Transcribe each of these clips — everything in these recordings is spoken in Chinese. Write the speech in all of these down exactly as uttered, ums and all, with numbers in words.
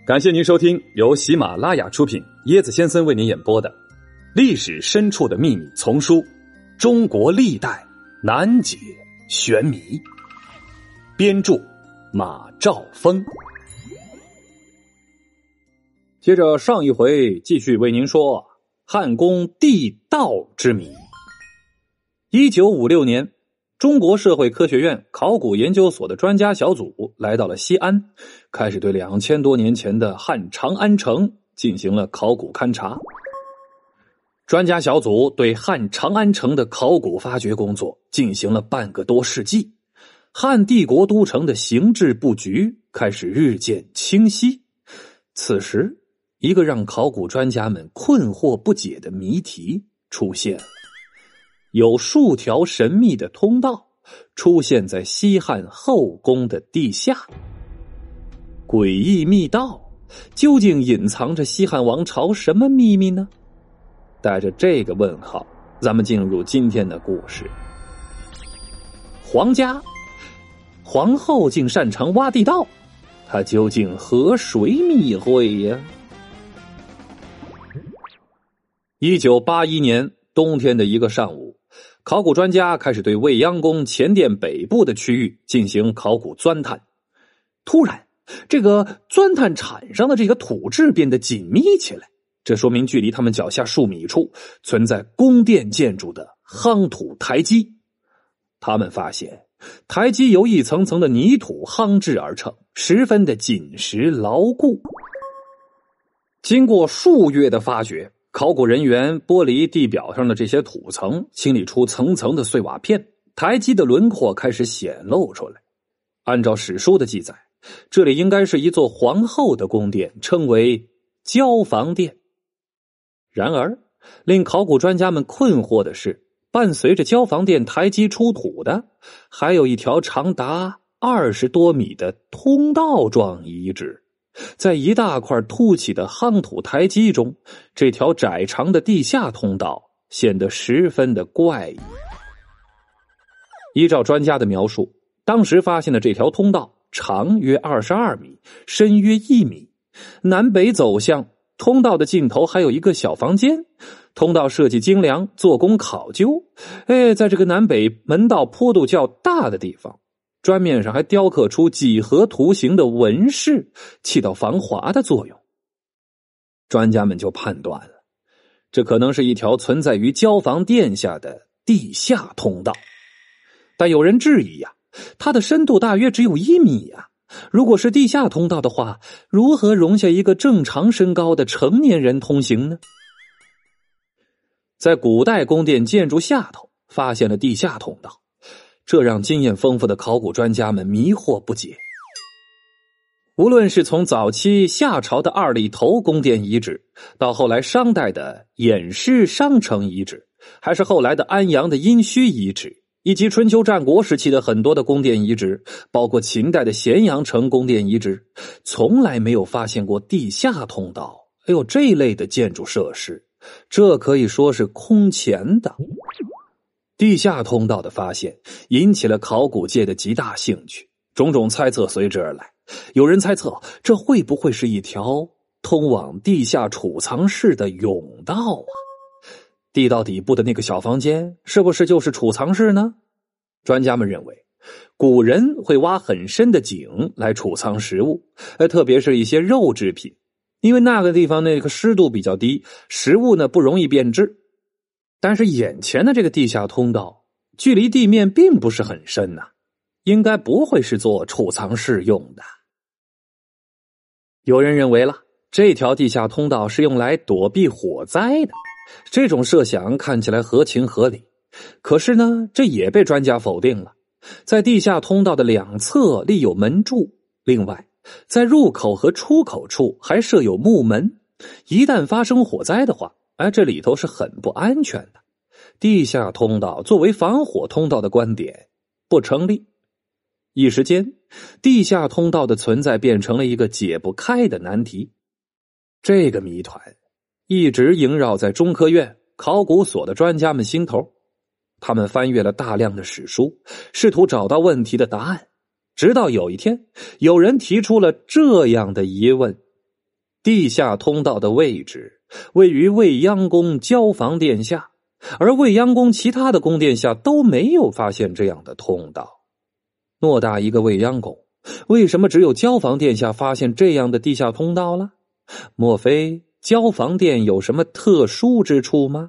感谢您收听由喜马拉雅出品，椰子先生为您演播的《历史深处的秘密》丛书《中国历代难解玄谜》，编著马兆峰。接着上一回继续为您说汉宫地道之谜。一九五六年，中国社会科学院考古研究所的专家小组来到了西安，开始对两千多年前的汉长安城进行了考古勘察。专家小组对汉长安城的考古发掘工作进行了半个多世纪，汉帝国都城的形制布局开始日渐清晰。此时，一个让考古专家们困惑不解的谜题出现了。有数条神秘的通道出现在西汉后宫的地下，诡异密道究竟隐藏着西汉王朝什么秘密呢？带着这个问号，咱们进入今天的故事。皇家皇后竟擅长挖地道，她究竟和谁密会呀？一九八一年冬天的一个上午，考古专家开始对未央宫前殿北部的区域进行考古钻探。突然，这个钻探铲上的这个土质变得紧密起来，这说明距离他们脚下数米处存在宫殿建筑的夯土台基。他们发现台基由一层层的泥土夯制而成，十分的紧实牢固。经过数月的发掘，考古人员剥离地表上的这些土层，清理出层层的碎瓦片，台基的轮廓开始显露出来。按照史书的记载，这里应该是一座皇后的宫殿，称为交房殿。然而，令考古专家们困惑的是，伴随着交房殿台基出土的，还有一条长达二十多米的通道状遗址。在一大块凸起的夯土台基中，这条窄长的地下通道显得十分的怪异。依照专家的描述，当时发现的这条通道长约二十二米，深约一米，南北走向，通道的尽头还有一个小房间，通道设计精良，做工考究。哎，在这个南北门道坡度较大的地方，砖面上还雕刻出几何图形的纹饰，起到防滑的作用。专家们就判断了，这可能是一条存在于交房殿下的地下通道。但有人质疑呀，它的深度大约只有一米呀，如果是地下通道的话，如何容下一个正常身高的成年人通行呢？在古代宫殿建筑下头发现了地下通道，这让经验丰富的考古专家们迷惑不解。无论是从早期夏朝的二里头宫殿遗址，到后来商代的偃师商城遗址，还是后来的安阳的殷墟遗址，以及春秋战国时期的很多的宫殿遗址，包括秦代的咸阳城宫殿遗址，从来没有发现过地下通道，还有这类的建筑设施，这可以说是空前的。地下通道的发现引起了考古界的极大兴趣，种种猜测随之而来。有人猜测，这会不会是一条通往地下储藏室的甬道啊？地道底部的那个小房间是不是就是储藏室呢？专家们认为，古人会挖很深的井来储藏食物，特别是一些肉制品，因为那个地方那个湿度比较低，食物呢不容易变质。但是眼前的这个地下通道距离地面并不是很深呐、啊，应该不会是做储藏室用的。有人认为了，这条地下通道是用来躲避火灾的，这种设想看起来合情合理。可是呢，这也被专家否定了。在地下通道的两侧立有门柱，另外在入口和出口处还设有木门，一旦发生火灾的话，哎，这里头是很不安全的。地下通道作为防火通道的观点不成立。一时间，地下通道的存在变成了一个解不开的难题。这个谜团一直萦绕在中科院考古所的专家们心头。他们翻阅了大量的史书，试图找到问题的答案。直到有一天，有人提出了这样的疑问： 地下通道的位置位于未央宫交房殿下，而未央宫其他的宫殿下都没有发现这样的通道。偌大一个未央宫，为什么只有交房殿下发现这样的地下通道了？莫非交房殿有什么特殊之处吗？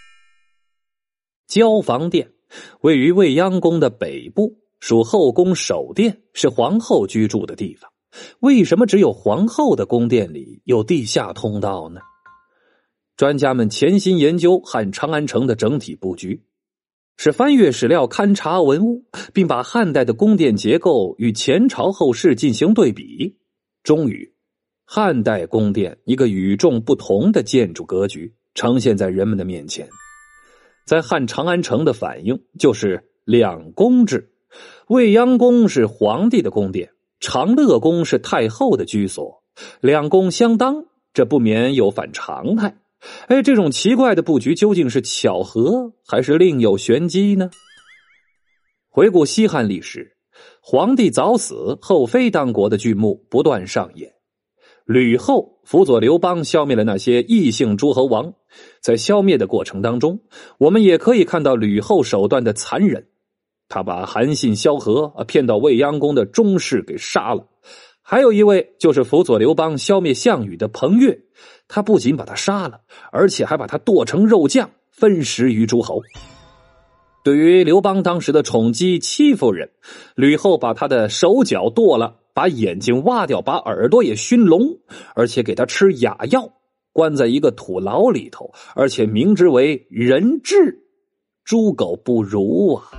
交房殿位于未央宫的北部，属后宫首殿，是皇后居住的地方。为什么只有皇后的宫殿里有地下通道呢？专家们潜心研究汉长安城的整体布局，是翻阅史料、勘察文物，并把汉代的宫殿结构与前朝后世进行对比，终于汉代宫殿一个与众不同的建筑格局呈现在人们的面前。在汉长安城的反应就是两宫制，未央宫是皇帝的宫殿，长乐宫是太后的居所，两宫相当，这不免有反常态。哎，这种奇怪的布局究竟是巧合还是另有玄机呢？回顾西汉历史，皇帝早死后妃当国的剧目不断上演。吕后辅佐刘邦消灭了那些异姓诸侯王，在消灭的过程当中，我们也可以看到吕后手段的残忍。他把韩信、萧何骗到未央宫的宗室给杀了。还有一位就是辅佐刘邦消灭项羽的彭越，他不仅把他杀了，而且还把他剁成肉酱，分食于诸侯。对于刘邦当时的宠姬戚夫人，吕后把他的手脚剁了，把眼睛挖掉，把耳朵也熏聋，而且给他吃哑药，关在一个土牢里头，而且名之为人质，猪狗不如啊！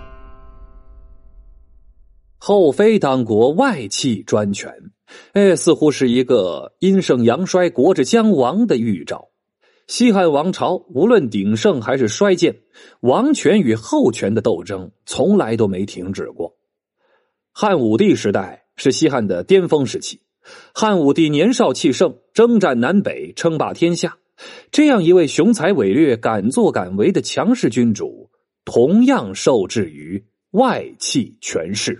后妃当国，外戚专权，哎，似乎是一个阴盛阳衰、国之将亡的预兆。西汉王朝无论鼎盛还是衰减，王权与后权的斗争从来都没停止过。汉武帝时代是西汉的巅峰时期，汉武帝年少气盛，征战南北，称霸天下。这样一位雄才伟略、敢作敢为的强势君主，同样受制于外戚权势。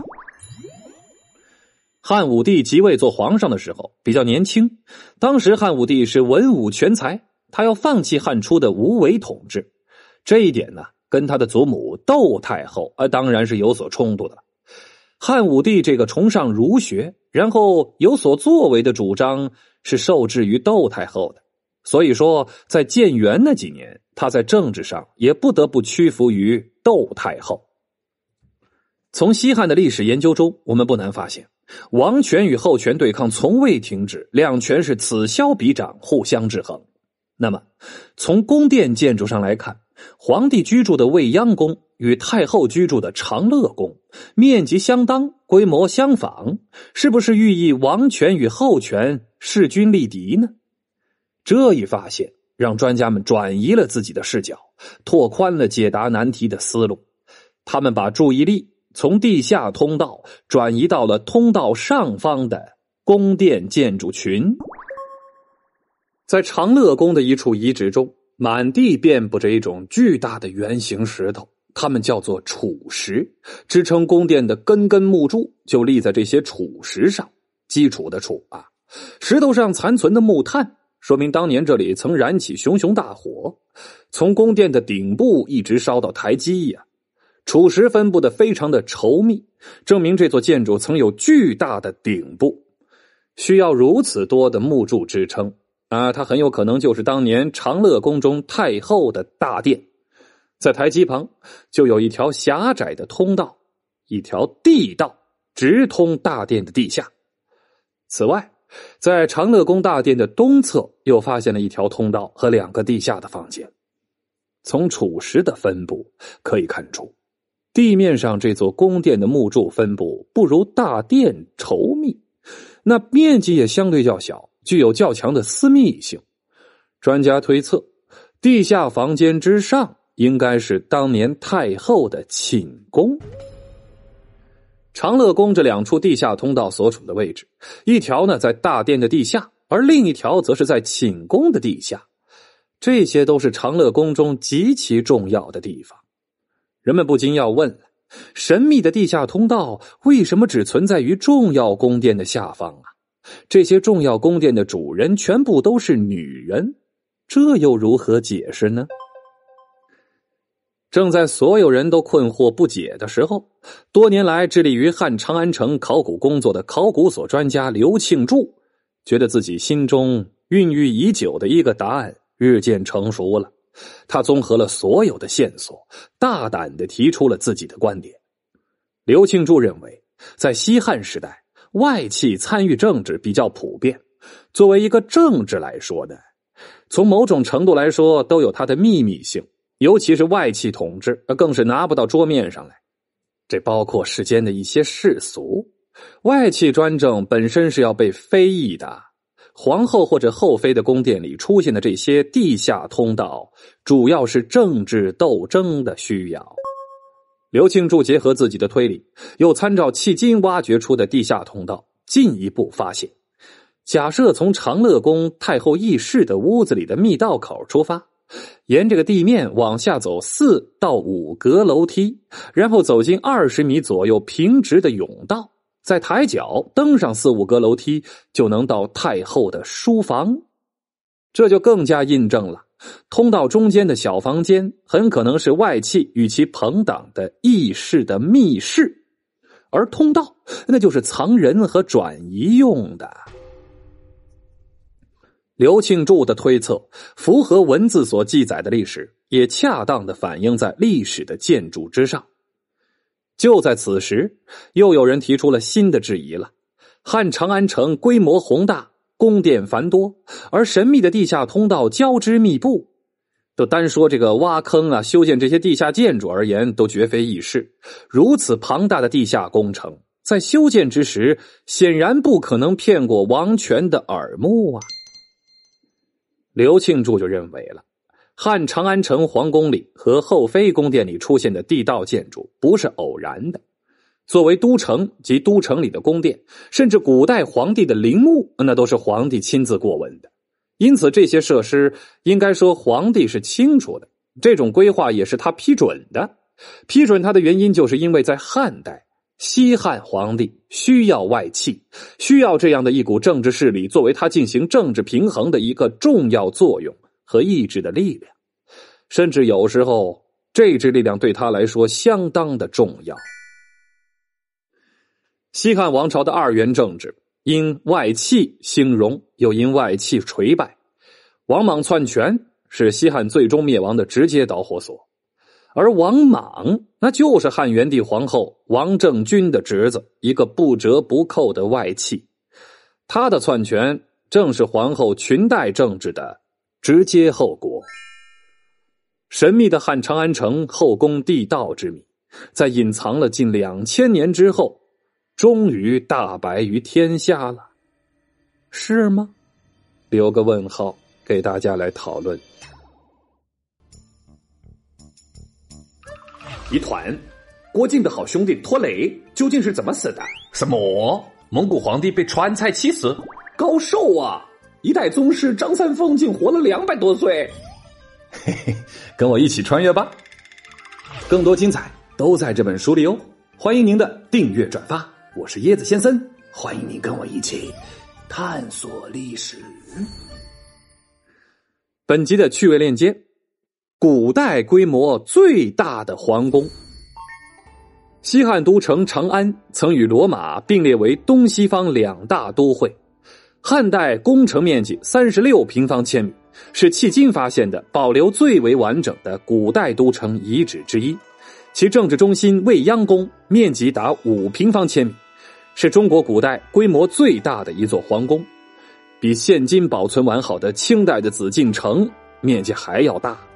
汉武帝即位做皇上的时候比较年轻，当时汉武帝是文武全才，他要放弃汉初的无为统治，这一点呢，跟他的祖母窦太后啊，当然是有所冲突的了。汉武帝这个崇尚儒学，然后有所作为的主张，是受制于窦太后的。所以说，在建元那几年，他在政治上也不得不屈服于窦太后。从西汉的历史研究中，我们不难发现，王权与后权对抗从未停止，两权是此消彼长，互相制衡。那么从宫殿建筑上来看，皇帝居住的未央宫与太后居住的长乐宫面积相当，规模相仿，是不是寓意王权与后权势均力敌呢？这一发现让专家们转移了自己的视角，拓宽了解答难题的思路。他们把注意力从地下通道转移到了通道上方的宫殿建筑群。在长乐宫的一处遗址中，满地遍布着一种巨大的圆形石头，它们叫做楚石，支撑宫殿的根根木柱就立在这些楚石上，基础的楚啊。石头上残存的木炭，说明当年这里曾燃起熊熊大火，从宫殿的顶部一直烧到台基呀。楚石分布的非常的稠密，证明这座建筑曾有巨大的顶部，需要如此多的木柱支撑啊，它很有可能就是当年长乐宫中太后的大殿。在台基旁就有一条狭窄的通道，一条地道直通大殿的地下。此外，在长乐宫大殿的东侧又发现了一条通道和两个地下的房间。从楚石的分布可以看出，地面上这座宫殿的木柱分布不如大殿稠密，那面积也相对较小，具有较强的私密性。专家推测，地下房间之上应该是当年太后的寝宫。长乐宫这两处地下通道所处的位置，一条呢在大殿的地下，而另一条则是在寝宫的地下，这些都是长乐宫中极其重要的地方。人们不禁要问了，神秘的地下通道为什么只存在于重要宫殿的下方啊？ 这些重要宫殿的主人全部都是女人，这又如何解释呢？正在所有人都困惑不解的时候，多年来致力于汉长安城考古工作的考古所专家刘庆柱觉得自己心中孕育已久的一个答案日渐成熟了。他综合了所有的线索，大胆地提出了自己的观点。刘庆柱认为，在西汉时代，外戚参与政治比较普遍，作为一个政治来说呢，从某种程度来说都有它的秘密性，尤其是外戚统治更是拿不到桌面上来。这包括世间的一些世俗，外戚专政本身是要被非议的。皇后或者后妃的宫殿里出现的这些地下通道，主要是政治斗争的需要。刘庆柱结合自己的推理，又参照迄今挖掘出的地下通道，进一步发现，假设从长乐宫太后议事的屋子里的密道口出发，沿这个地面往下走四到五格楼梯，然后走进二十米左右平直的甬道，在抬脚登上四五格楼梯，就能到太后的书房。这就更加印证了通道中间的小房间很可能是外戚与其朋党的议事的密室，而通道那就是藏人和转移用的。刘庆柱的推测符合文字所记载的历史，也恰当地反映在历史的建筑之上。就在此时，又有人提出了新的质疑了。汉长安城规模宏大，宫殿繁多，而神秘的地下通道交织密布，就单说这个挖坑啊、修建这些地下建筑而言，都绝非易事。如此庞大的地下工程，在修建之时，显然不可能骗过王权的耳目啊。刘庆柱就认为了，汉长安城皇宫里和后妃宫殿里出现的地道建筑不是偶然的。作为都城及都城里的宫殿，甚至古代皇帝的陵墓，那都是皇帝亲自过问的。因此这些设施应该说皇帝是清楚的，这种规划也是他批准的。批准他的原因就是因为在汉代，西汉皇帝需要外戚，需要这样的一股政治势力作为他进行政治平衡的一个重要作用和意志的力量，甚至有时候这支力量对他来说相当的重要。西汉王朝的二元政治因外戚兴荣，又因外戚垂败，王莽篡权是西汉最终灭亡的直接导火索。而王莽那就是汉元帝皇后王政君的侄子，一个不折不扣的外戚。他的篡权正是皇后裙带政治的直接后果。神秘的汉长安城后宫地道之谜，在隐藏了近两千年之后，终于大白于天下了，是吗？留个问号给大家来讨论。 一团，郭靖的好兄弟拖雷究竟是怎么死的？ 什么？蒙古皇帝被川菜气死？ 高寿啊！一代宗师张三丰竟活了两百多岁。 嘿嘿，跟我一起穿越吧！ 更多精彩都在这本书里哦！欢迎您的订阅转发。我是椰子先生，欢迎您跟我一起探索历史。 本集的趣味链接：古代规模最大的皇宫。西汉都城长安曾与罗马并列为东西方两大都会。汉代宫城面积三十六平方千米，是迄今发现的保留最为完整的古代都城遗址之一。其政治中心未央宫面积达五平方千米，是中国古代规模最大的一座皇宫，比现今保存完好的清代的紫禁城面积还要大。